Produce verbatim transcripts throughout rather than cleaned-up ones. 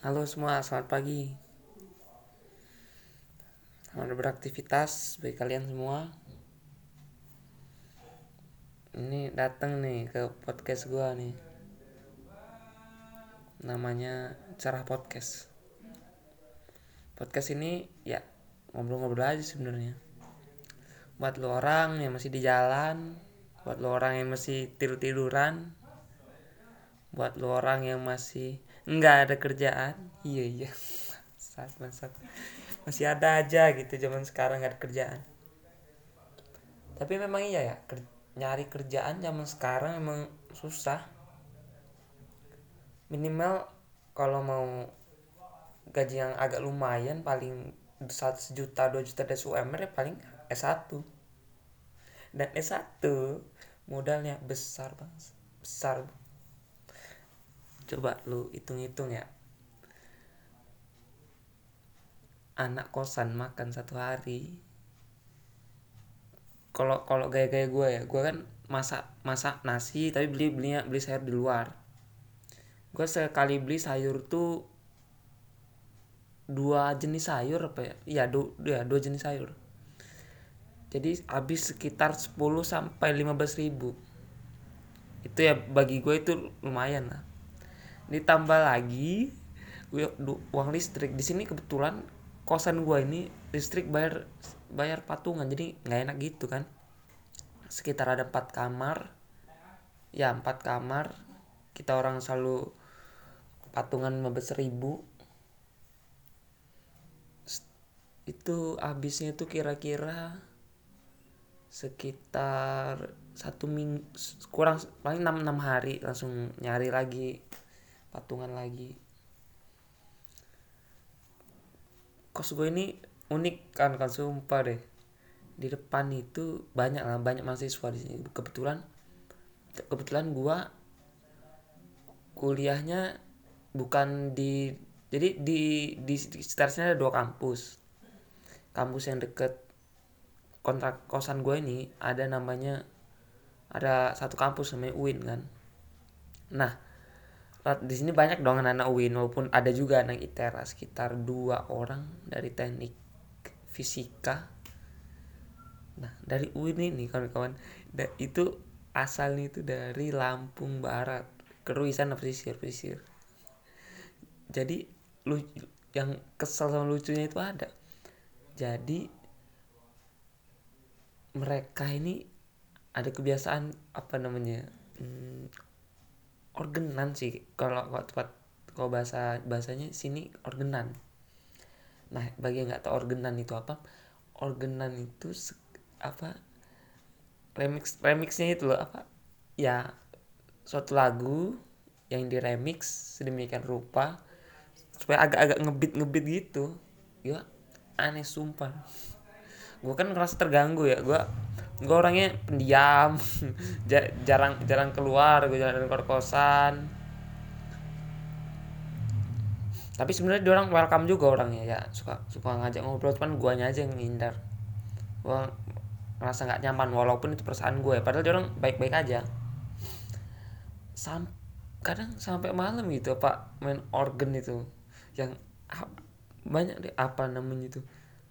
Halo semua, selamat pagi. Selamat beraktivitas bagi kalian semua. Ini datang nih ke podcast gua nih. Namanya Cerah Podcast. Podcast ini ya ngobrol-ngobrol aja sebenarnya. Buat lo orang yang masih di jalan, buat lo orang yang masih tidur-tiduran, buat lo orang yang masih nggak ada kerjaan. Iya iya. Saat saat masih ada aja gitu zaman sekarang nggak ada kerjaan. Tapi memang iya ya, ker- nyari kerjaan zaman sekarang emang susah. Minimal kalau mau gaji yang agak lumayan paling satu juta dua juta dari U M R ya paling S satu. Dan S satu modalnya besar bang, besar. Coba lu hitung-hitung ya, anak kosan makan satu hari. Kalau kalau gaya-gaya gue ya, gue kan masak masak nasi tapi beli belinya beli sayur di luar. Gue sekali beli sayur tuh dua jenis sayur apa ya, iya dua, ya, dua jenis sayur. Jadi habis sekitar sepuluh sampai lima belas ribu. Itu ya bagi gue itu lumayan lah. Ditambah lagi uang listrik di sini, kebetulan kosan gue ini listrik bayar bayar patungan, jadi nggak enak gitu kan. Sekitar ada empat kamar, ya empat kamar, kita orang selalu patungan lima belas ribu. Itu habisnya itu kira-kira sekitar satu minggu, kurang paling enam enam hari langsung nyari lagi patungan lagi. Kos gue ini unik kan kan sumpah deh. Di depan itu banyak lah, banyak mahasiswa di sini. Kebetulan kebetulan gue kuliahnya bukan di, jadi di di, di sekitar sini ada dua kampus. Kampus yang deket kontrak kosan gue ini ada namanya, ada satu kampus namanya U I N kan. Nah, di sini banyak dong anak-anak U I N, walaupun ada juga anak I T E R A, sekitar dua orang dari teknik fisika. Nah, dari U I N ini kawan-kawan, itu asalnya itu dari Lampung Barat, Keruisan pesisir pesisir. Jadi lu yang kesel sama lucunya itu ada. Jadi mereka ini ada kebiasaan apa namanya, hmm, organan sih kalau tempat, kalau bahasa bahasanya sini organan. Nah, bagi yang nggak tahu organan itu apa, organan itu apa, remix remixnya itu loh, apa ya, suatu lagu yang diremix sedemikian rupa supaya agak-agak ngebit ngebit gitu. Ya aneh sumpah. Gue kan ngerasa terganggu ya, gue gue orangnya pendiam. jarang jarang keluar, gue jarang keluar kosan. Tapi sebenarnya dia orang welcome juga orangnya ya, suka suka ngajak ngobrol, cuman guanya aja yang ngindar. Gue ngerasa nggak nyaman walaupun itu perasaan gue ya, padahal dia orang baik-baik aja. Sam Kadang sampai malam gitu pak main organ itu, yang ah, banyak deh apa namanya itu,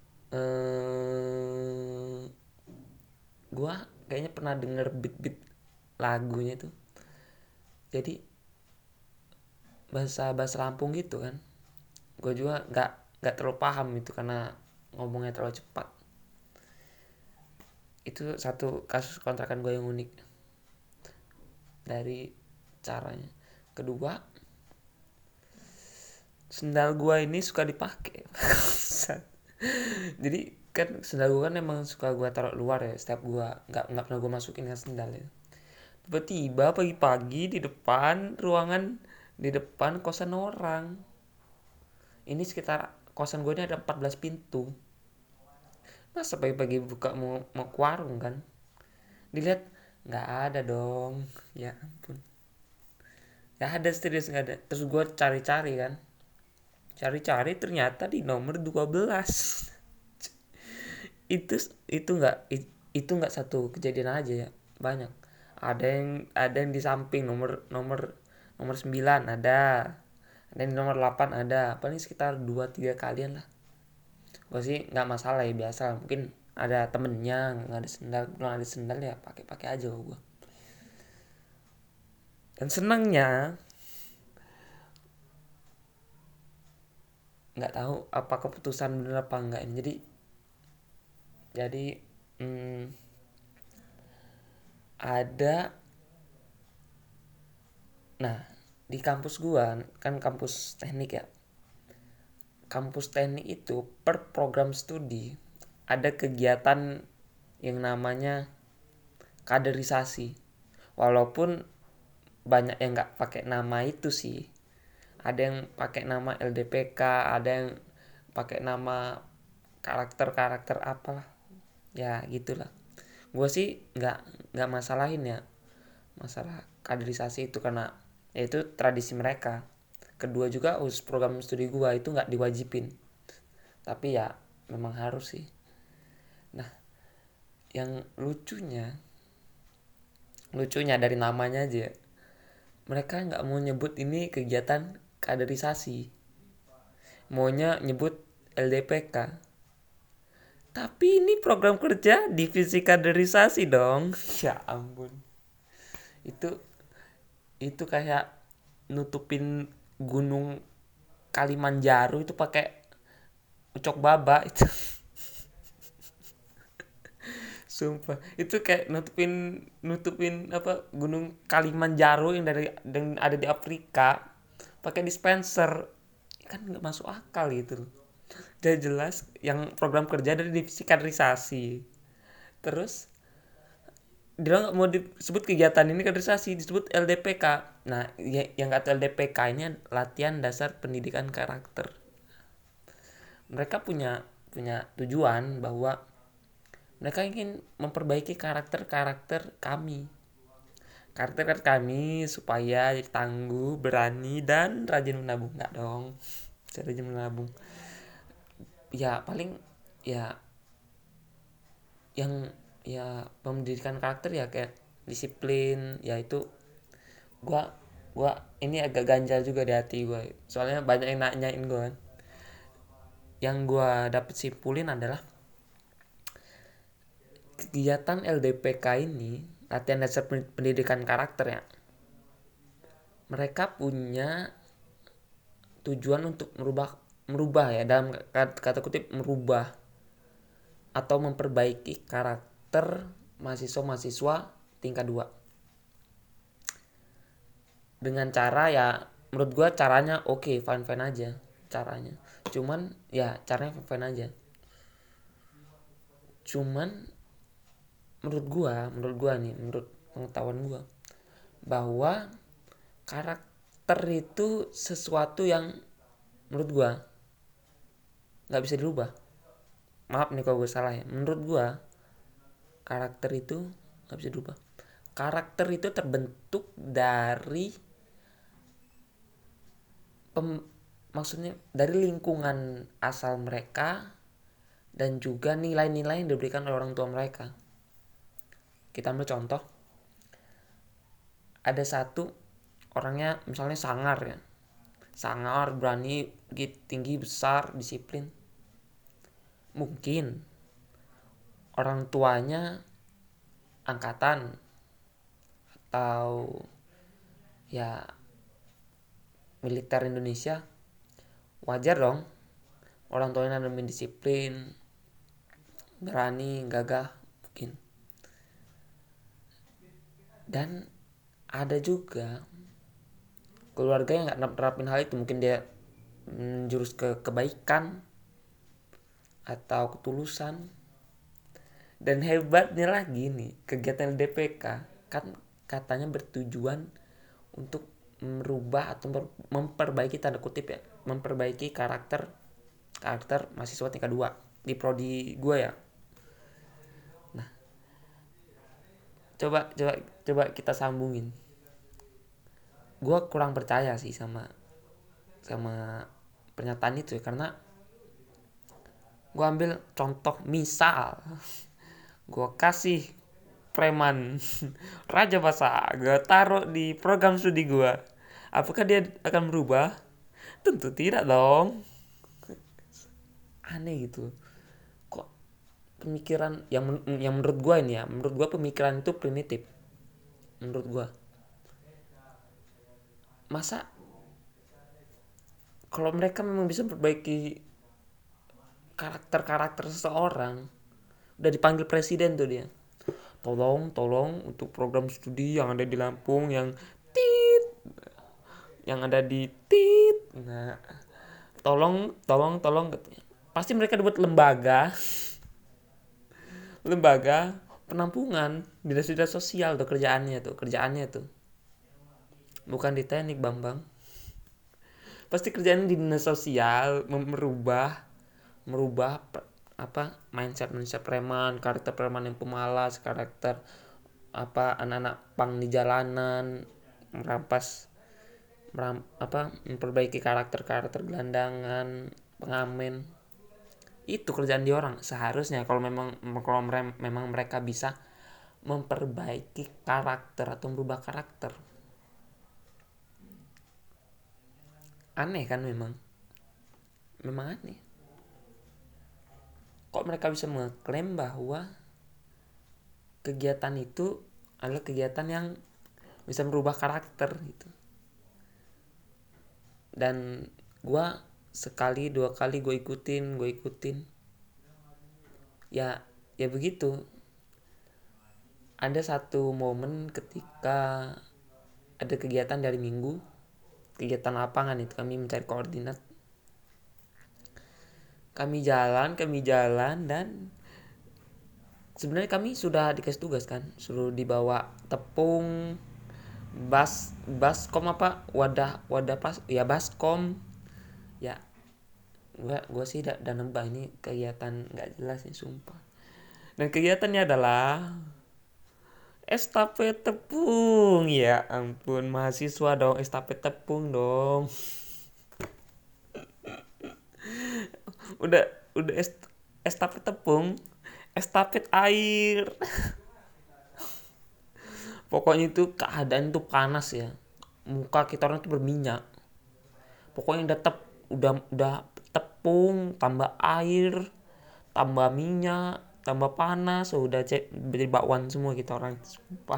eh gue kayaknya pernah denger beat-beat lagunya itu. Jadi bahasa bahasa Lampung gitu kan, gue juga nggak nggak terlalu paham itu karena ngomongnya terlalu cepat. Itu satu kasus kontrakan gue yang unik dari caranya. Kedua, sendal gue ini suka dipakai. Jadi kan sendal gue kan emang suka gue taruh luar ya, setiap gue nggak nggak pernah gue masukin kan sendal ya. Tiba-tiba pagi-pagi di depan ruangan, di depan kosan orang. Ini sekitar kosan gue ini ada empat belas pintu. Masa pagi-pagi buka mau mau ke warung kan? Dilihat nggak ada dong. Ya ampun. Ya ada, serius nggak ada. Terus gue cari-cari kan. Cari-cari ternyata di nomor dua belas. itu itu nggak itu nggak satu kejadian aja ya, banyak. Ada yang ada yang di samping nomor nomor nomor sembilan ada Dan di nomor delapan ada paling sekitar dua tiga kalian lah. Gue sih nggak masalah ya, biasa mungkin ada temennya nggak ada sendal, belum ada sendal ya pakai pakai aja gue. Dan senangnya nggak tahu apa keputusan bener apa enggak ini, jadi jadi hmm, ada, nah di kampus gua kan kampus teknik ya, kampus teknik itu per program studi ada kegiatan yang namanya kaderisasi, walaupun banyak yang nggak pakai nama itu sih, ada yang pakai nama L D P K, ada yang pakai nama karakter-karakter apalah ya gitulah. Gue sih nggak nggak masalahin ya masalah kaderisasi itu, karena ya itu tradisi mereka. Kedua juga us program studi gue itu nggak diwajibin, tapi ya memang harus sih. Nah yang lucunya lucunya dari namanya aja, mereka nggak mau nyebut ini kegiatan kaderisasi, maunya nyebut L D P K. Tapi ini program kerja divisi kaderisasi dong. Ya ampun. Itu itu kayak nutupin gunung Kalimanjaro itu pakai ucok baba itu. Sumpah, itu kayak nutupin nutupin apa gunung Kalimanjaro yang dari yang ada di Afrika pakai dispenser. Kan nggak masuk akal gitu. Udah jelas yang program kerja dari divisi kaderisasi. Terus dia nggak mau disebut kegiatan ini kaderisasi, disebut L D P K. Nah ya, yang kata L D P K ini latihan dasar pendidikan karakter. Mereka punya punya tujuan bahwa mereka ingin memperbaiki karakter-karakter kami, karakter kami supaya tangguh, berani, dan rajin menabung. Nggak dong, saya rajin menabung. Ya paling ya yang ya pendidikan karakter ya kayak disiplin, ya itu gua gua ini agak ganjal juga di hati gua, soalnya banyak yang nanyain gua kan. Yang gua dapet simpulin adalah kegiatan L D P K ini, latihan dasar pendidikan karakter ya, mereka punya tujuan untuk merubah merubah ya, dalam kata kutip merubah atau memperbaiki karakter mahasiswa-mahasiswa tingkat dua. Dengan cara ya menurut gue caranya oke, okay, fine-fine aja caranya. Cuman ya caranya fine-fine aja. Cuman menurut gue, menurut gue nih, menurut pengetahuan gue, bahwa karakter itu sesuatu yang menurut gue gak bisa dirubah. Maaf nih kalau gue salah ya. Menurut gue karakter itu gak bisa dirubah. Karakter itu terbentuk dari pem, maksudnya dari lingkungan asal mereka dan juga nilai-nilai yang diberikan oleh orang tua mereka. Kita ambil contoh, ada satu orangnya misalnya sangar ya, sangar, berani, tinggi, besar, disiplin. Mungkin orang tuanya angkatan atau ya militer Indonesia, wajar dong orang tuanya nanamin disiplin, berani, gagah mungkin. Dan ada juga keluarga yang nggak nerapin hal itu, mungkin dia menjurus ke kebaikan atau ketulusan. Dan hebatnya lagi nih, kegiatan L D P K kan katanya bertujuan untuk merubah atau memperbaiki, tanda kutip ya, memperbaiki karakter karakter mahasiswa tingkat dua di prodi gue ya. Nah, coba coba coba kita sambungin. Gue kurang percaya sih sama sama pernyataan itu ya, karena gue ambil contoh misal gue kasih preman Raja Basa, gue taruh di program studi gue, apakah dia akan berubah? Tentu tidak dong. Aneh gitu. Kok pemikiran yang yang menurut gua ini ya, menurut gua pemikiran itu primitif. Menurut gua. Masa kalau mereka memang bisa memperbaiki karakter-karakter seseorang, udah dipanggil presiden tuh dia. Tolong, tolong untuk program studi yang ada di Lampung yang tit, yang ada di tit. Nah, tolong, tolong, tolong katanya. Pasti mereka dibuat lembaga, lembaga penampungan dinas-dinas sosial tuh kerjaannya tuh, kerjaannya tuh. Bukan di teknik Bambang. Pasti kerjaan di dinas sosial merubah merubah apa mindset mindset preman, karakter preman yang pemalas, karakter apa anak-anak pang di jalanan, merampas meram, apa memperbaiki karakter-karakter gelandangan, pengamen. Itu kerjaan di orang seharusnya kalau memang kalau memang mereka bisa memperbaiki karakter atau merubah karakter. Aneh kan memang. Memang aneh. Kok mereka bisa mengklaim bahwa kegiatan itu adalah kegiatan yang bisa merubah karakter gitu. Dan gue sekali dua kali gue ikutin gue ikutin ya ya begitu. Ada satu momen ketika ada kegiatan dari minggu, kegiatan lapangan itu kami mencari koordinat, kami jalan kami jalan dan sebenarnya kami sudah dikasih tugas kan, suruh dibawa tepung, bas baskom apa wadah wadah pas ya baskom ya. Gua gua sih dan nembak ini kegiatan nggak jelas nih sumpah. Dan kegiatannya adalah estafet tepung. Ya ampun, mahasiswa dong, estafet tepung dong. Udah udah est, estafet tepung, estafet air. Pokoknya itu keadaan itu panas ya. Muka kita orang itu berminyak. Pokoknya udah tep udah udah tepung tambah air tambah minyak tambah panas, oh, udah cek jadi bakwan semua kita orang sumpah.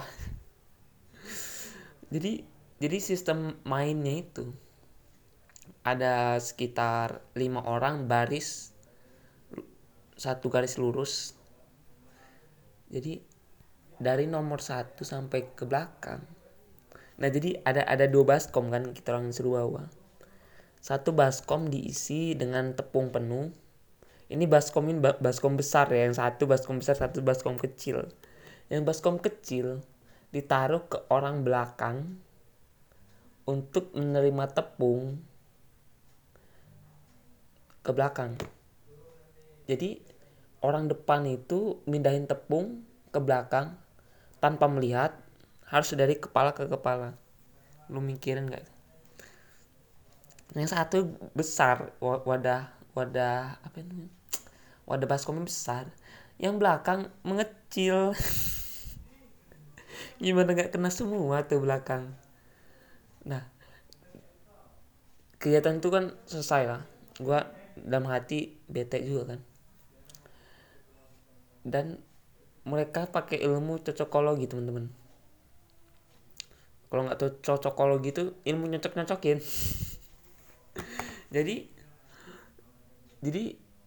jadi jadi sistem mainnya itu ada sekitar lima orang baris satu garis lurus. Jadi dari nomor satu sampai ke belakang. Nah jadi ada ada dua baskom kan kita orang suruh bawa. Satu baskom diisi dengan tepung penuh. Ini baskom ini baskom besar ya, yang satu baskom besar, satu baskom kecil. Yang baskom kecil ditaruh ke orang belakang untuk menerima tepung ke belakang. Jadi orang depan itu mindahin tepung ke belakang tanpa melihat, harus dari kepala ke kepala. Lu mikirin gak? Yang satu besar wadah wadah apa itu? Wadah baskomnya besar. Yang belakang mengecil. Gimana gak kena semua tuh belakang. Nah, kegiatan itu kan selesai lah. Gue dalam hati bete juga kan. Dan mereka pakai ilmu cocokologi teman-teman. Kalau nggak tahu cocokologi itu ilmu nyocok-nyocokin. jadi jadi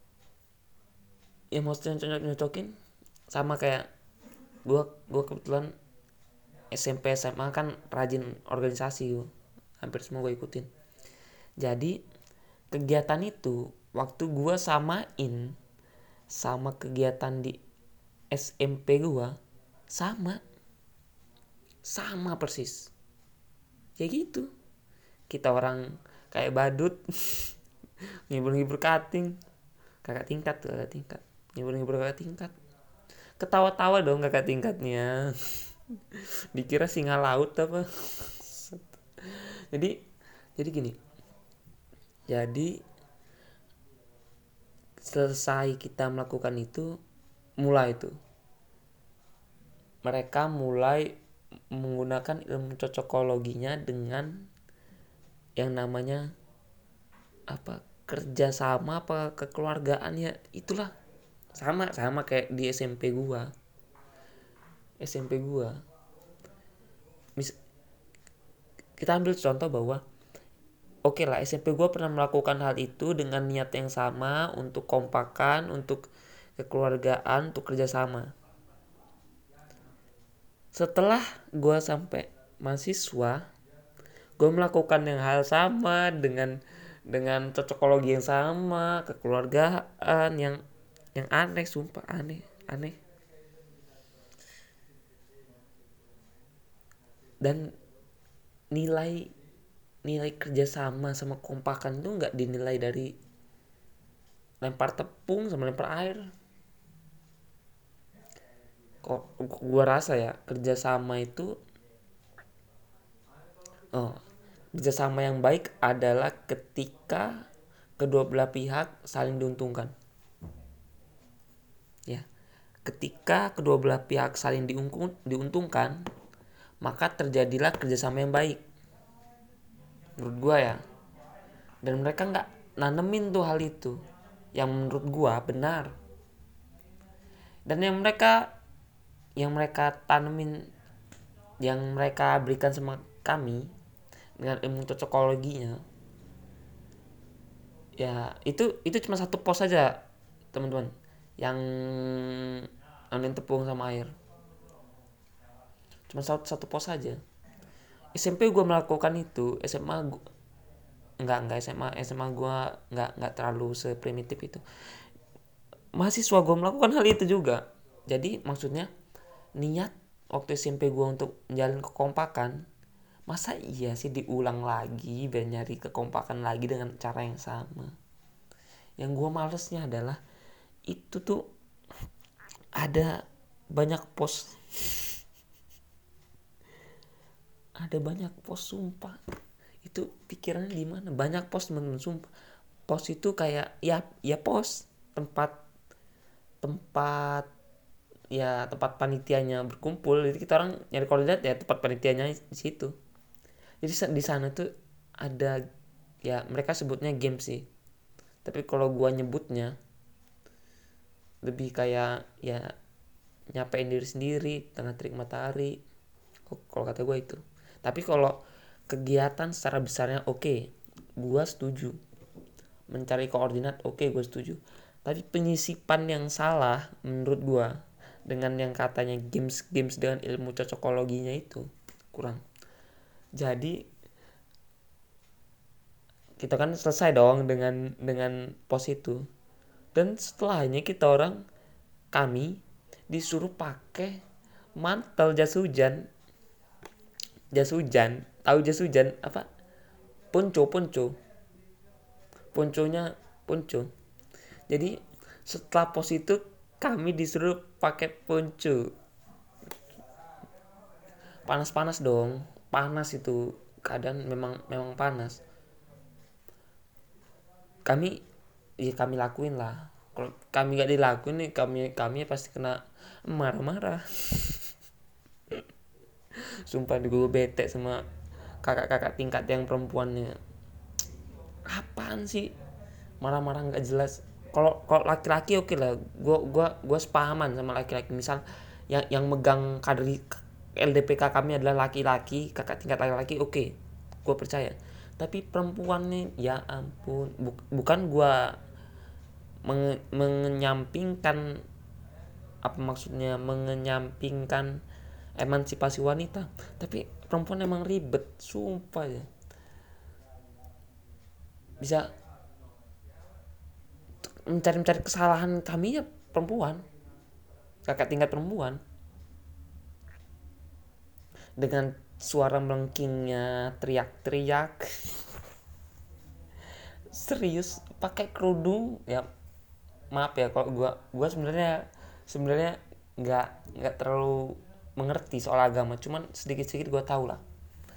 ya maksudnya nyocok-nyocokin sama kayak gue gue kebetulan S M P S M A kan rajin organisasi gue. Hampir semua gue ikutin. Jadi kegiatan itu waktu gue samain sama kegiatan di S M P gue sama sama persis kayak gitu. Kita orang kayak badut ngibur-ngibur kating, kakak tingkat tuh kakak tingkat ngibur-ngibur kakak tingkat, ketawa-tawa dong kakak tingkatnya. Dikira singa laut apa. jadi jadi gini, jadi selesai kita melakukan itu, mulai itu mereka mulai menggunakan ilmu cocokologinya dengan yang namanya apa kerja sama apa kekeluargaan ya itulah, sama sama kayak di S M P gua S M P gua Mis- kita ambil contoh bahwa oke lah S M P gua pernah melakukan hal itu dengan niat yang sama untuk kompakan, untuk kekeluargaan, untuk kerjasama. Setelah gua sampai mahasiswa, gue melakukan yang hal sama dengan dengan cocokologi yang sama, kekeluargaan yang yang aneh, sumpah aneh aneh. Dan nilai nilai kerjasama sama kompakan itu nggak dinilai dari lempar tepung sama lempar air. Kok gue rasa ya kerjasama itu, oh, kerjasama yang baik adalah ketika kedua belah pihak saling diuntungkan. Ya, ketika kedua belah pihak saling diungkung, diuntungkan, maka terjadilah kerjasama yang baik. Menurut gue ya. Dan mereka nggak nanemin tuh hal itu, yang menurut gue benar. Dan yang mereka yang mereka tanemin, yang mereka berikan sama kami dengan ilmu cocokologinya, ya itu itu cuma satu pos saja teman-teman, yang anin tepung sama air, cuma satu satu pos saja. S M P gue melakukan itu, S M A gua, enggak enggak S M A S M A gue enggak enggak terlalu seprimitif itu. Mahasiswa gue melakukan hal itu juga. Jadi maksudnya niat waktu S M P gue untuk menjalin kekompakan, masa iya sih diulang lagi biar nyari kekompakan lagi dengan cara yang sama. Yang gue malesnya adalah itu tuh ada banyak pos ada banyak pos sumpah. Itu pikirannya di mana? Banyak pos teman-teman sumpah. Pos itu kayak ya ya pos tempat tempat ya tempat panitianya berkumpul. Jadi kita orang nyari koordinat ya tempat panitianya di situ. Jadi di sana tuh ada, ya mereka sebutnya game sih. Tapi kalau gua nyebutnya lebih kayak ya nyapain diri sendiri tengah terik matahari. Kalau kata gua itu. Tapi kalau kegiatan secara besarnya oke, okay, gua setuju. Mencari koordinat oke, okay, gua setuju. Tapi penyisipan yang salah menurut gua dengan yang katanya games-games dengan ilmu cocokologinya itu kurang. Jadi kita kan selesai dong dengan dengan pos itu. Dan setelahnya kita orang kami disuruh pakai mantel jas hujan. Jas hujan, tahu jas hujan apa? Ponco, ponco. Ponconya ponco. Jadi setelah pos itu kami disuruh pakai ponco. Panas-panas dong. Panas itu. Keadaan memang memang panas. Kami ya kami lakuin lah. Kalau kami gak dilakuin nih kami kami pasti kena marah-marah. Sumpah gue bete sama kakak-kakak tingkat yang perempuannya. Apaan sih marah-marah nggak jelas. Kalau kalau laki-laki oke okay lah, gue gua gua sepahaman sama laki-laki. Misal yang yang megang kader L D P K kami adalah laki-laki, kakak tingkat laki-laki, oke, okay, gue percaya. Tapi perempuannya ya ampun, bukan gue menge- menyampingkan, apa maksudnya menyampingkan emansipasi wanita, tapi perempuan emang ribet sumpah ya. Bisa mencari-mencari kesalahan kami ya perempuan, kakak tingkat perempuan, dengan suara melengkingnya teriak-teriak. Serius pakai kerudung ya, maaf ya kalau gue gue sebenarnya sebenarnya nggak nggak terlalu mengerti soal agama, cuman sedikit-sedikit gue tahu lah.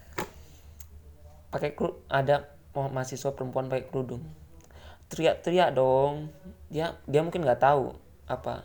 Pakai kerudung, ada mahasiswa perempuan pakai kerudung, teriak-teriak dong. Dia dia mungkin nggak tahu apa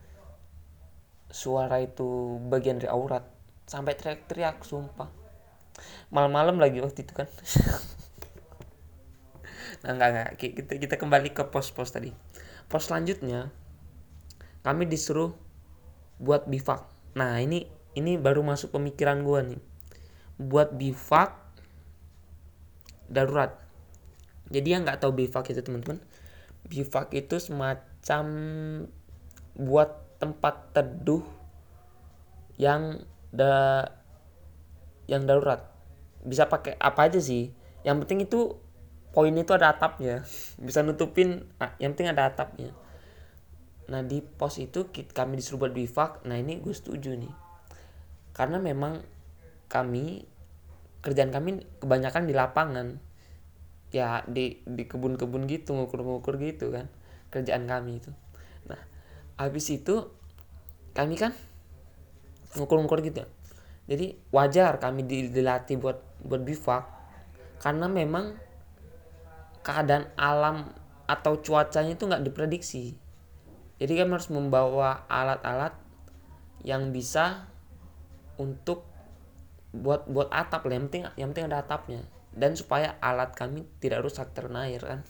suara itu bagian dari aurat, sampai teriak-teriak sumpah. Malam-malam lagi waktu itu kan. Nah, enggak enggak kita kita kembali ke pos-pos tadi. Pos selanjutnya kami disuruh buat bivak. Nah, ini ini baru masuk pemikiran gue nih. Buat bivak darurat. Jadi yang nggak tahu bivak itu teman-teman, bivak itu semacam buat tempat teduh yang da yang darurat. Bisa pakai apa aja sih. Yang penting itu poin itu ada atapnya. Bisa nutupin, yang penting ada atapnya. Nah di pos itu kami disuruh buat bivak. Nah ini gue setuju nih, karena memang kami kerjaan kami kebanyakan di lapangan, ya di di kebun-kebun gitu, ngukur-ngukur gitu kan kerjaan kami itu. Nah habis itu kami kan ngukur-ngukur gitu, jadi wajar kami dilatih buat buat bivak karena memang keadaan alam atau cuacanya itu nggak diprediksi. Jadi kami harus membawa alat-alat yang bisa untuk buat buat atap lah, yang penting yang penting ada atapnya, dan supaya alat kami tidak rusak terkena air kan.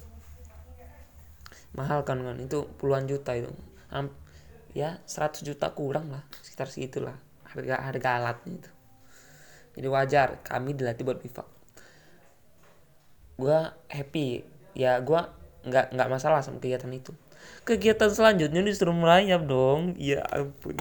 Mahal kan kan itu puluhan juta itu, ya seratus juta kurang lah, sekitar segitulah harga harga alatnya itu. Jadi wajar kami dilatih buat bivak. Gue happy ya, gue nggak nggak masalah sama kegiatan itu. Kegiatan selanjutnya disuruh merayap dong, ya ampun,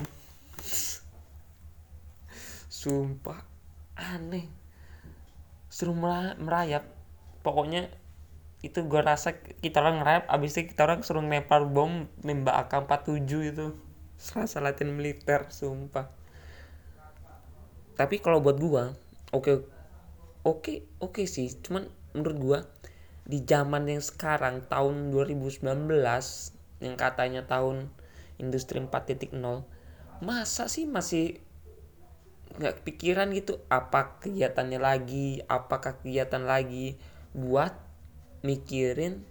sumpah aneh, suruh merayap. Pokoknya itu gue rasa kita orang ngerayap, abis itu kita orang suruh ngelempar bom nembak A K empat puluh tujuh itu. Serasa latihan militer, sumpah. Tapi kalau buat gue oke oke oke sih, cuman menurut gue di zaman yang sekarang tahun dua ribu sembilan belas yang katanya tahun industri empat titik nol, masa sih masih nggak kepikiran gitu apa kegiatannya lagi, apakah kegiatan lagi buat mikirin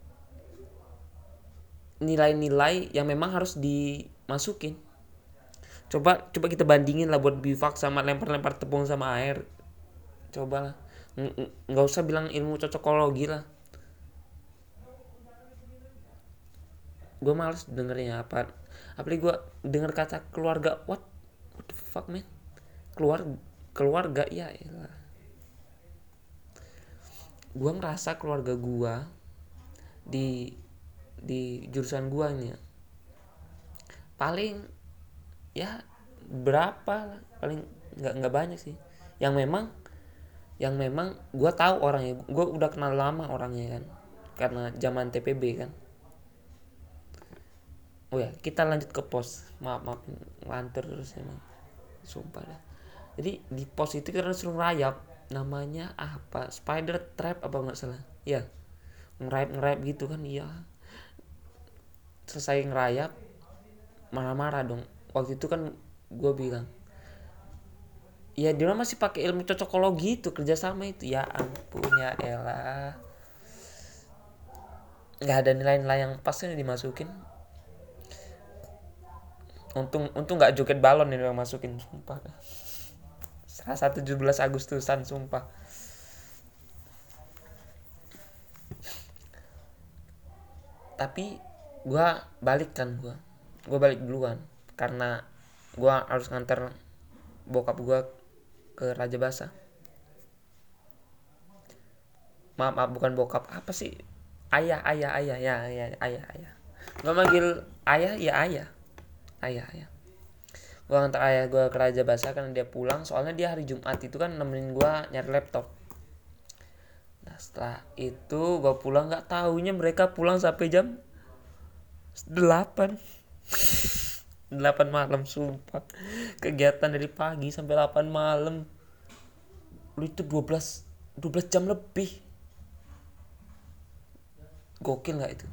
nilai-nilai yang memang harus dimasukin. Coba coba kita bandingin lah buat bivak sama lempar-lempar tepung sama air. Coba lah, nggak usah bilang ilmu cocokologi lah. Gue males dengernya apa. Apalagi gue denger kata keluarga, what what the fuck man, keluar keluarga ya elah. Gue ngerasa keluarga gue di di jurusan gue nih paling ya berapa, paling nggak nggak banyak sih yang memang yang memang gue tahu orangnya, gue udah kenal lama orangnya kan karena zaman T P B kan. Oh ya kita lanjut ke pos, maaf maaf nganter terus emang sumpah dah. Jadi di pos itu kita suruh ngerayap, namanya apa, spider trap apa nggak salah ya, ngerayap ngerayap gitu kan. Iya selesai ngerayap marah-marah dong. Waktu itu kan gue bilang ya dia masih pakai ilmu cocokologi itu, kerjasama itu, ya ampun ya elah, nggak ada nilai-nilai yang pasnya dimasukin. Untung untung nggak joget balon ini yang masukin, sumpah. Serasa tujuh belas Agustusan, sumpah. Tapi gue balik kan, gue gue balik duluan karena gue harus nganter bokap gue ke Raja Basa. Maaf, maaf bukan bokap, apa sih, ayah ayah ayah ya ayah ayah ayah. Gue manggil ayah ya ayah ayah ayah. Gue nganter ayah gue ke Raja Basa karena dia pulang, soalnya dia hari Jumat itu kan nemenin gue nyari laptop. Nah setelah itu gue pulang, nggak taunya mereka pulang sampai jam delapan delapan malam, sumpah. Kegiatan dari pagi sampai delapan malam, lu itu dua belas jam lebih. Gokil nggak itu?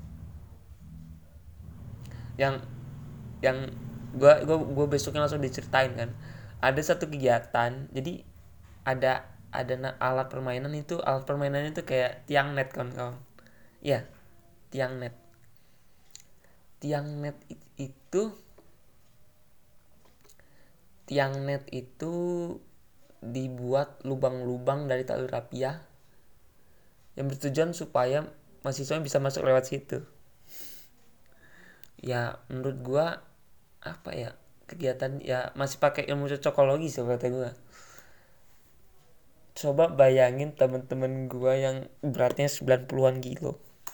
Yang yang gue gue gue besoknya langsung diceritain kan, ada satu kegiatan, jadi ada ada alat permainan itu, alat permainan itu kayak tiang net kawan-kawan. Ya tiang net tiang net itu tiang net itu dibuat lubang-lubang dari tali rapiah yang bertujuan supaya mahasiswa bisa masuk lewat situ. Ya menurut gua apa ya, kegiatan ya masih pakai ilmu cocokologi sih kata gua. Coba bayangin temen-temen gua yang beratnya sembilan puluhan kilo,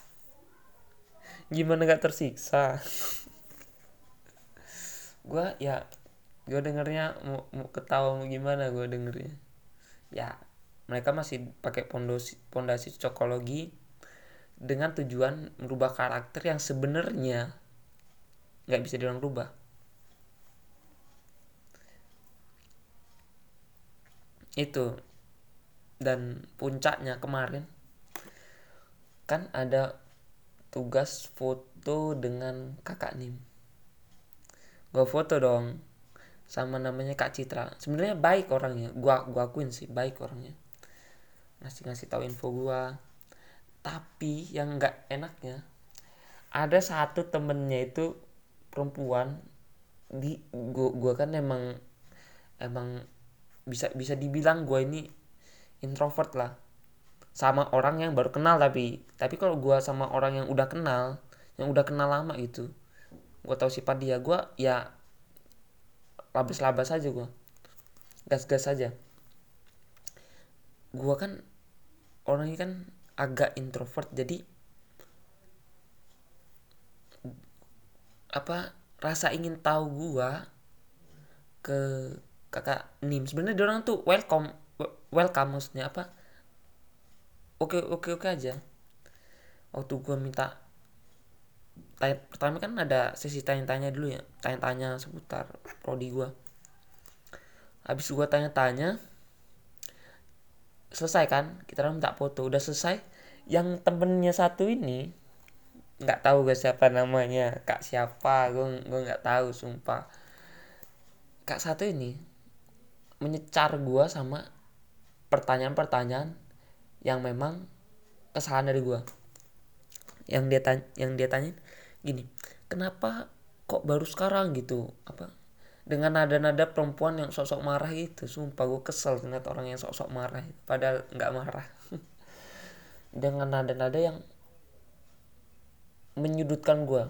gimana gak tersiksa. Gua ya gua dengernya mau, mau ketawa mau gimana gua dengernya. Ya mereka masih pakai pondasi pondasi cocokologi dengan tujuan merubah karakter yang sebenarnya nggak bisa dibilang rubah. Itu, dan puncaknya kemarin kan ada tugas foto dengan kakak Nim. Gue foto dong sama namanya Kak Citra. Sebenarnya baik orangnya, gua gua akuin sih baik orangnya. Ngasih ngasih tahu info gua. Tapi yang nggak enaknya ada satu temennya itu perempuan. Di gua, gua kan emang emang bisa bisa dibilang gua ini introvert lah sama orang yang baru kenal. tapi tapi kalau gue sama orang yang udah kenal yang udah kenal lama gitu, gue tahu sifat dia, gue ya labas-labas aja, gue gas-gas aja. Gue kan orangnya kan agak introvert, jadi apa rasa ingin tahu gue ke kakak Nim sebenarnya dia orang tuh welcome welcome maksudnya apa, oke oke oke aja. Waktu gue minta tanya, pertama kan ada sesi tanya-tanya dulu ya, tanya-tanya seputar prodi gue. Habis gue tanya-tanya selesai kan, kita orang minta foto, udah selesai. Yang temennya satu ini nggak tahu gue siapa namanya, kak siapa, gue gue nggak tahu sumpah. Kak satu ini menyecar gue sama pertanyaan-pertanyaan yang memang kesalahan dari gue. Yang dia tanya, yang dia tanyain gini, kenapa kok baru sekarang gitu, apa dengan nada-nada perempuan yang sok-sok marah gitu. Sumpah gue kesel ngeliat orang yang sok-sok marah padahal nggak marah. Dengan nada-nada yang menyudutkan gue.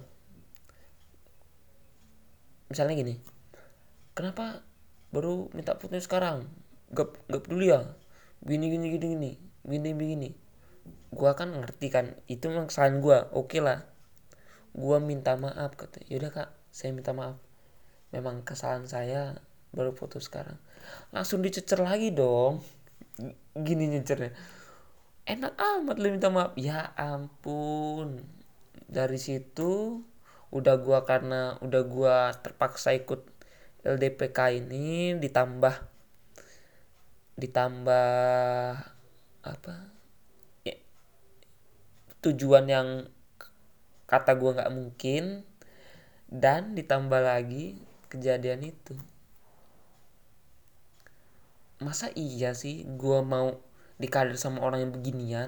Misalnya gini, kenapa baru minta foto sekarang, gak, gak peduli ya, gini gini gini gini gini begini. Gue kan ngerti kan itu memang kesalahan gue, oke lah, gue minta maaf. Kata yaudah kak, saya minta maaf, memang kesalahan saya, baru foto sekarang. Langsung dicecer lagi dong, gini nyecernya, enak amat lu minta maaf. Ya ampun. Dari situ udah gua karena udah gua terpaksa ikut L D P K ini, ditambah ditambah apa ya, tujuan yang kata gua nggak mungkin, dan ditambah lagi kejadian itu. Masa iya sih gua mau dikader sama orang yang beginian.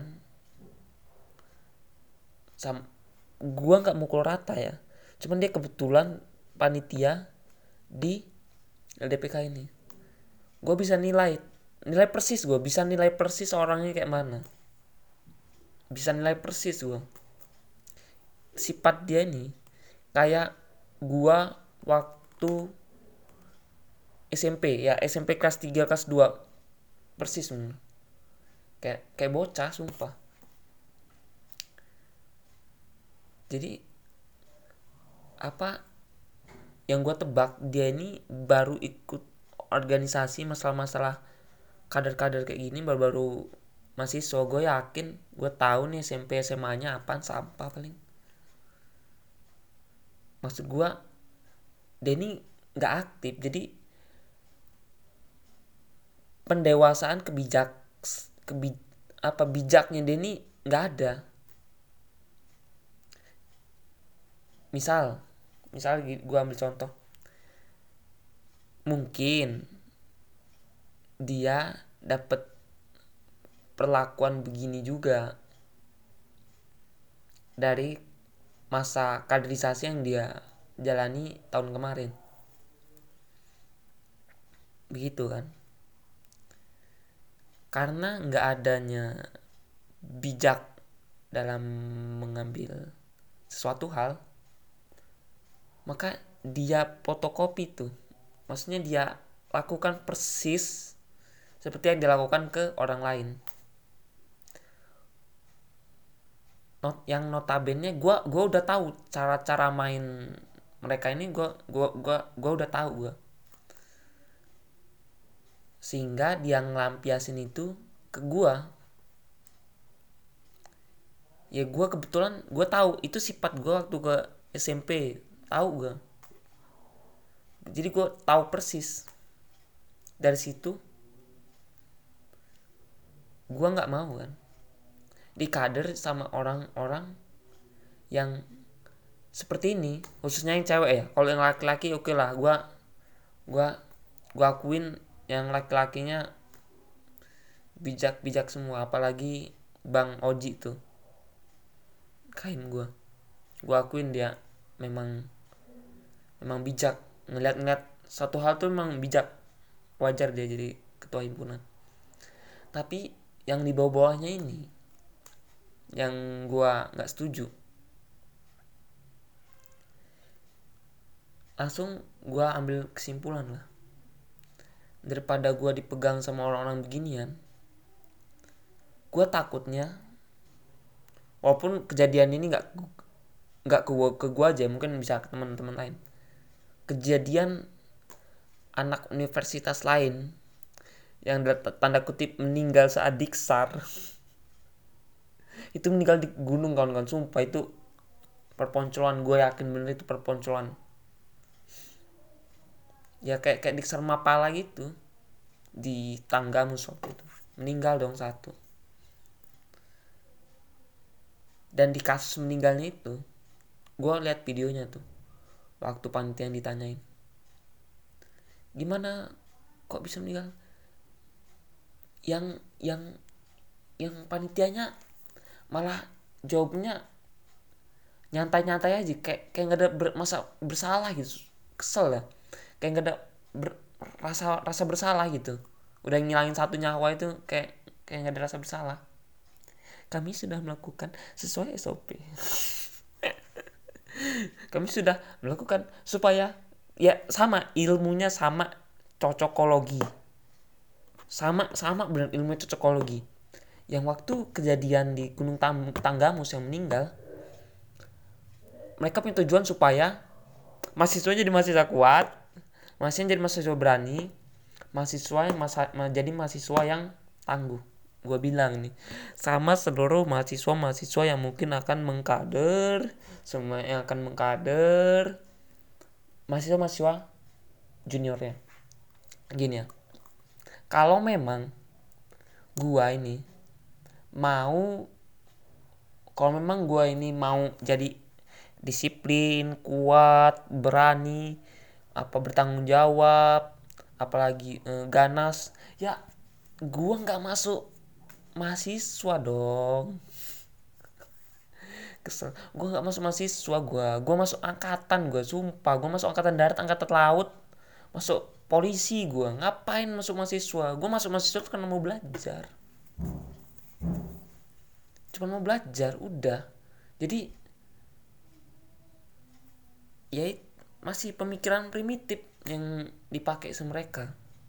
Sam gua nggak mukul rata ya, cuman dia kebetulan panitia di L D P K ini. Gua bisa nilai nilai persis, gua bisa nilai persis orangnya kayak mana, bisa nilai persis gua sifat dia ini kayak gua waktu S M P ya, S M P kelas tiga kelas dua persis bener. kayak kayak bocah sumpah. Jadi apa yang gue tebak, dia ini baru ikut organisasi masalah-masalah kader-kader kayak gini baru-baru mahasiswa. Gue yakin, gue tahu nih S M P S M A nya apaan, sampah paling. Maksud gue dia ini nggak aktif, jadi pendewasaan kebijak kebi, apa bijaknya dia ini nggak ada. Misal misal gue ambil contoh, mungkin dia dapat perlakuan begini juga dari masa kaderisasi yang dia jalani tahun kemarin, begitu kan. Karena nggak adanya bijak dalam mengambil sesuatu hal, maka dia fotokopi tuh. Maksudnya dia lakukan persis seperti yang dilakukan ke orang lain. Not, yang notabene gue gue udah tahu cara-cara main mereka ini, gue gue gue gue udah tahu gue. Sehingga dia ngelampiasin itu ke gue. Ya gue kebetulan gue tahu itu sifat gue waktu ke S M P, tahu gue. Jadi gue tahu persis. Dari situ gue nggak mau kan dikader sama orang-orang yang seperti ini, khususnya yang cewek ya. Kalau yang laki-laki oke okay lah, gue gue gue akuin yang laki-lakinya bijak-bijak semua, apalagi Bang Oji tuh kain gue gue akuin dia memang memang bijak, ngeliat-ngeliat satu hal tuh memang bijak, wajar dia jadi ketua himpunan. Tapi yang di bawah-bawahnya ini yang gue nggak setuju. Langsung gue ambil kesimpulan lah, daripada gue dipegang sama orang-orang beginian, gue takutnya walaupun kejadian ini nggak nggak ke ke gue aja, mungkin bisa ke teman-teman lain, kejadian anak universitas lain yang tanda kutip meninggal saat diksar itu meninggal di gunung kawan-kawan, sumpah itu perponcolan, gue yakin bener itu perponcolan. Ya kayak kayak diksar Mapala gitu di Tanggamus waktu itu, meninggal dong satu. Dan di kasus meninggalnya itu gue lihat videonya tuh, waktu panitia yang ditanyain gimana kok bisa meninggal, yang yang yang panitianya malah jawabnya nyantai-nyantai aja, kayak kayak nggak ada ber, masa bersalah gitu. Kesel ya, kayak nggak ada ber, rasa rasa bersalah gitu. Udah ngilangin satu nyawa itu kayak kayak nggak ada rasa bersalah. Kami sudah melakukan sesuai S O P. Kami sudah melakukan supaya ya sama ilmunya, sama cocokologi, sama sama benar ilmu cocokologi. Yang waktu kejadian di Gunung Tanggamus yang meninggal, mereka punya tujuan supaya mahasiswa jadi mahasiswa kuat, mahasiswa jadi mahasiswa berani, mahasiswa yang masa, jadi mahasiswa yang tangguh. Gue bilang nih sama seluruh mahasiswa-mahasiswa yang mungkin akan mengkader, semua yang akan mengkader mahasiswa-mahasiswa juniornya. Gini ya, kalau memang gue ini mau kalau memang gue ini mau jadi disiplin, kuat, berani, apa bertanggung jawab, apalagi eh, ganas, ya gue nggak masuk mahasiswa dong. Kesel, gue nggak masuk mahasiswa, gue gue masuk angkatan, gue sumpah gue masuk angkatan darat, angkatan laut, masuk polisi. Gue ngapain masuk mahasiswa? Gue masuk mahasiswa karena mau belajar, cuma mau belajar udah. Jadi ya masih pemikiran primitif yang dipakai sama mereka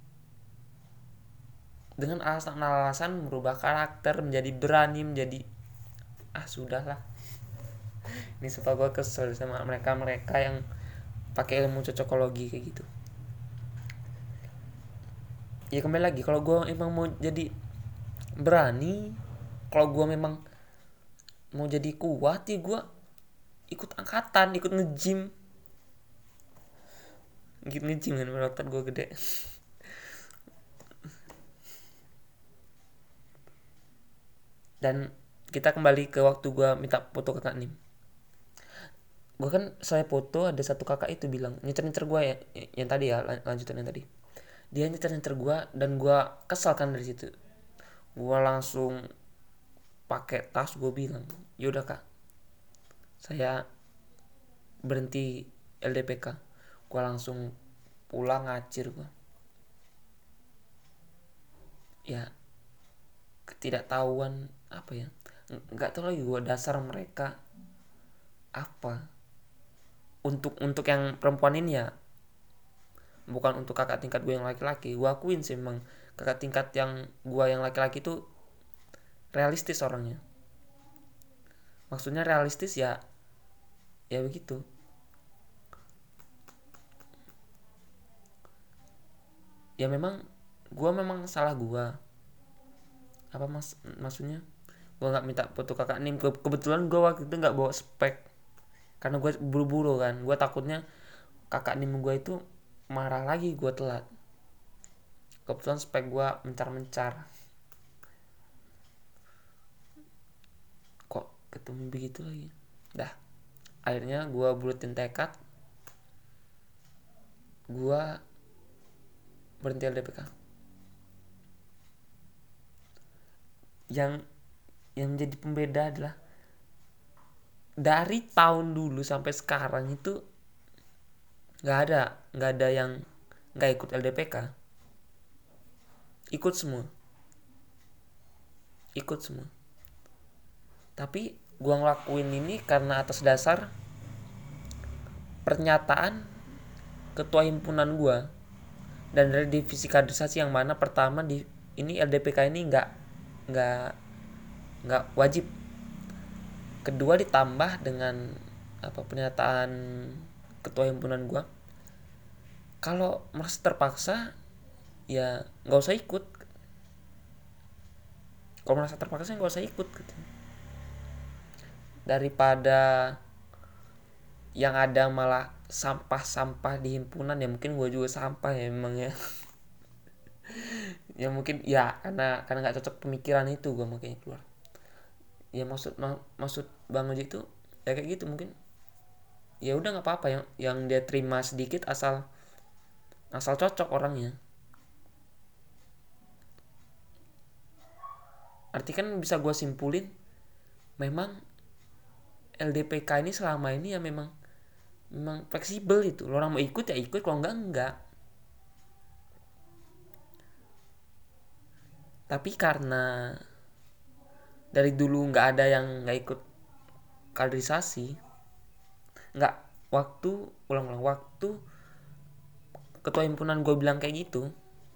dengan alasan-alasan merubah karakter menjadi berani, menjadi ah sudahlah. Ini supaya gue kesel sama mereka-mereka yang pakai ilmu cocokologi kayak gitu. Ya kembali lagi, kalau gue emang mau jadi berani, kalau gue memang mau jadi kuat, ya gue ikut angkatan, ikut nge-gym. Ikut nge-gym kan berotot gue gede. Dan kita kembali ke waktu gue minta foto kakak Nim. Gue kan saya foto, ada satu kakak itu bilang nyecer-nyecer gue ya, yang tadi ya, lanjutan yang tadi. Dia nyecer-nyecer gue dan gue kesal kan dari situ. Gue langsung pakai tas, gue bilang yaudah kak, saya berhenti L D P K. Gue langsung pulang ngacir gue. Ya ketidaktahuan apa ya, nggak tahu lagi gue dasar mereka apa. Untuk untuk yang perempuan ini ya, bukan untuk kakak tingkat gue yang laki-laki, gue akuin sih emang kakak tingkat yang gue yang laki-laki itu realistis orangnya. Maksudnya realistis ya, ya begitu. Ya memang gue memang salah gue apa mas maksudnya gue nggak minta foto kakak nim. Kebetulan gue waktu itu nggak bawa spek karena gue buru-buru kan, gue takutnya kakak nim gue itu marah lagi gue telat. Kebetulan spek gue mencar-mencar, kok ketemu begitu lagi. Dah, akhirnya gue bulutin tekad, gue berhenti L D P K. Yang yang menjadi pembeda adalah dari tahun dulu sampai sekarang itu nggak ada nggak ada yang nggak ikut L D P K. Ikut semua, ikut semua. Tapi gue ngelakuin ini karena atas dasar pernyataan ketua himpunan gue dan dari divisi kaderisasi, yang mana pertama di ini L D P K ini nggak nggak nggak wajib. Kedua ditambah dengan apa pernyataan ketua himpunan gue, kalau merasa terpaksa ya nggak usah ikut. Kalau merasa terpaksa nggak usah ikut gitu. Daripada yang ada malah sampah-sampah di himpunan, ya mungkin gue juga sampah ya emang ya. Ya mungkin ya karena karena nggak cocok pemikiran itu gue makanya keluar. Ya maksud mak, maksud Bang Oji itu ya kayak gitu mungkin. Ya udah nggak apa-apa yang yang dia terima sedikit asal asal cocok orangnya. Arti kan bisa gue simpulin memang L D P K ini selama ini ya memang memang fleksibel itu. Lo orang mau ikut ya ikut, kalau enggak enggak. Tapi karena dari dulu nggak ada yang nggak ikut kaderisasi, nggak waktu ulang-ulang waktu ketua himpunan gue bilang kayak gitu,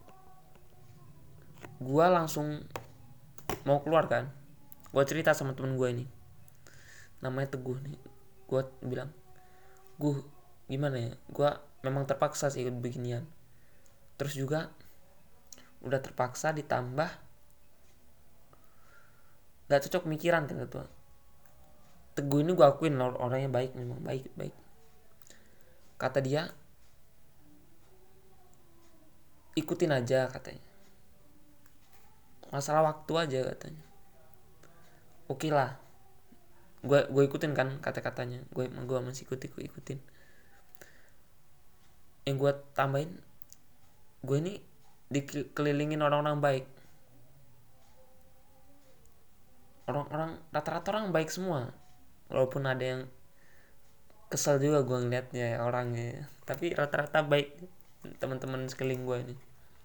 gue langsung mau keluar kan. Gue cerita sama temen gue ini, namanya Teguh nih. Gue bilang, gue gimana ya, gue memang terpaksa sih ikut beginian. Terus juga udah terpaksa ditambah nggak cocok pemikiran kan ketua. Teguh ini gue akuin orangnya baik, memang baik baik. Kata dia, ikutin aja katanya, masalah waktu aja katanya. Oke lah, gue gue ikutin kan kata-katanya, gue gue masih ikut ikut ikutin. Yang gue tambahin, gue ini dikelilingin orang-orang baik, orang-orang rata-rata orang baik semua, walaupun ada yang kesel juga gue ngeliatnya ya orangnya, tapi rata-rata baik teman-teman sekeliling gue ini.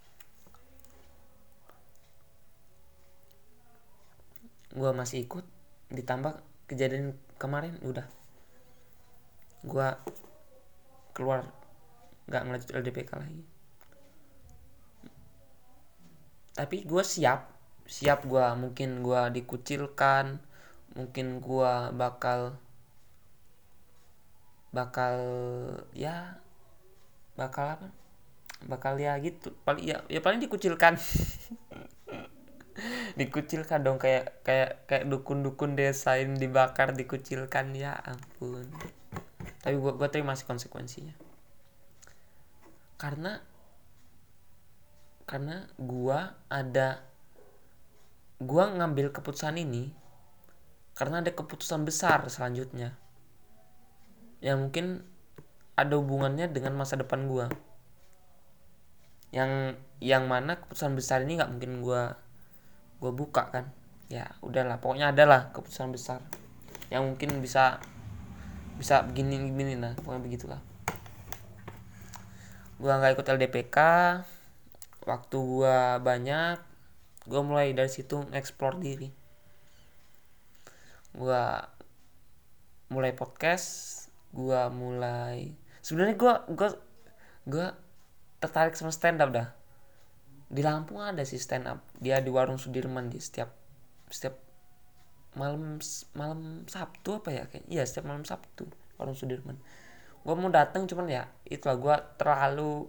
Gue masih ikut, ditambah kejadian kemarin, udah gue keluar, nggak ngelanjut L D P K lagi. Tapi gue siap siap gue mungkin gue dikucilkan, mungkin gue bakal bakal ya bakal apa bakal ya gitu paling ya ya paling dikucilkan. Dikucilkan dong, kayak kayak kayak dukun-dukun desa ini dibakar, dikucilkan, ya ampun. Tapi gue gue terima sih konsekuensinya, karena karena gue ada gue ngambil keputusan ini karena ada keputusan besar selanjutnya yang mungkin ada hubungannya dengan masa depan gue, yang yang mana keputusan besar ini nggak mungkin gue gue buka kan. Ya udahlah, pokoknya adalah keputusan besar yang mungkin bisa bisa begini begini lah, pokoknya begitulah. Gue nggak ikut L D P K, waktu gue banyak, gue mulai dari situ ngeksplor diri. gue mulai podcast, gue mulai sebenarnya gue gue gue tertarik sama stand up dah. Di Lampung ada sih stand up, dia di warung Sudirman di setiap setiap malam malam Sabtu apa ya kayak iya setiap malam Sabtu warung Sudirman. Gue mau datang cuman ya itulah gue terlalu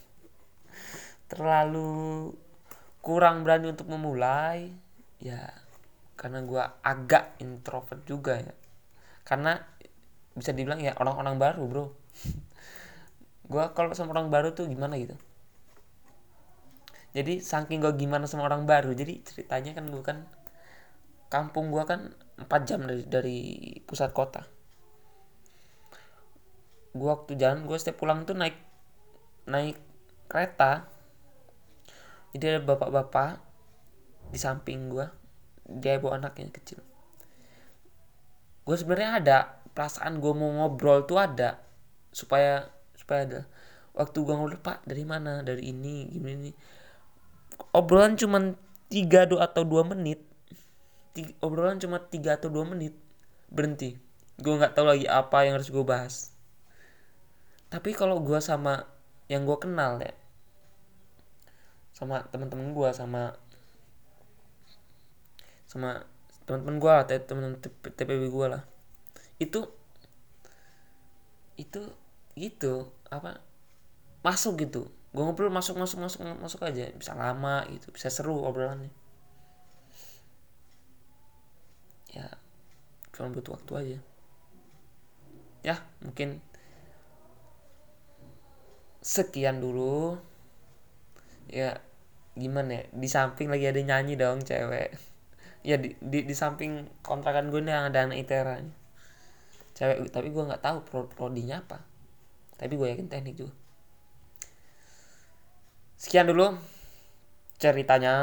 terlalu kurang berani untuk memulai ya, karena gue agak introvert juga ya, karena bisa dibilang ya orang-orang baru bro. Gue kalau sama orang baru tuh gimana gitu, jadi saking gue gimana sama orang baru, jadi ceritanya kan gue kan kampung gue kan empat jam dari dari pusat kota. Gue waktu jalan gue setiap pulang tuh naik naik kereta, jadi ada bapak-bapak di samping gue, dia bawa anaknya kecil. Gue sebenarnya ada perasaan gue mau ngobrol tuh ada, supaya supaya ada waktu gue ngobrol, pak dari mana, dari ini gini nih, obrolan cuma tiga atau dua menit, tiga, obrolan cuma tiga atau dua menit berhenti, gue nggak tahu lagi apa yang harus gue bahas. Tapi kalau gue sama yang gue kenal ya, sama teman-teman gue, sama sama teman-teman gue lah, teman-teman T P B gue lah, itu itu gitu apa masuk gitu, gue ngobrol masuk masuk masuk masuk aja, bisa lama gitu, bisa seru obrolannya. Ya cuma butuh waktu aja. Ya mungkin sekian dulu ya. Gimana ya, di samping lagi ada nyanyi dong cewek. Ya di di, di samping kontrakan gue nih ada anak ITERA cewek, tapi gue nggak tahu pro, prodinya apa, tapi gue yakin teknik juga. Sekian dulu ceritanya,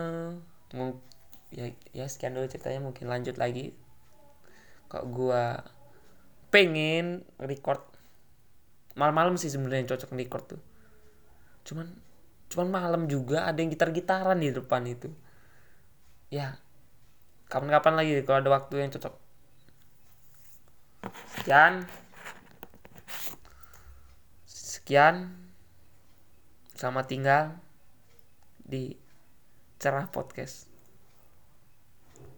ya ya sekian dulu ceritanya, mungkin lanjut lagi kok gue pengen record malam-malam sih sebenarnya yang cocok record tuh, cuman cuman malam juga ada yang gitar-gitaran di depan itu ya. Kapan-kapan lagi kalau ada waktu yang cocok. Sekian sekian selamat tinggal di Cerah Podcast.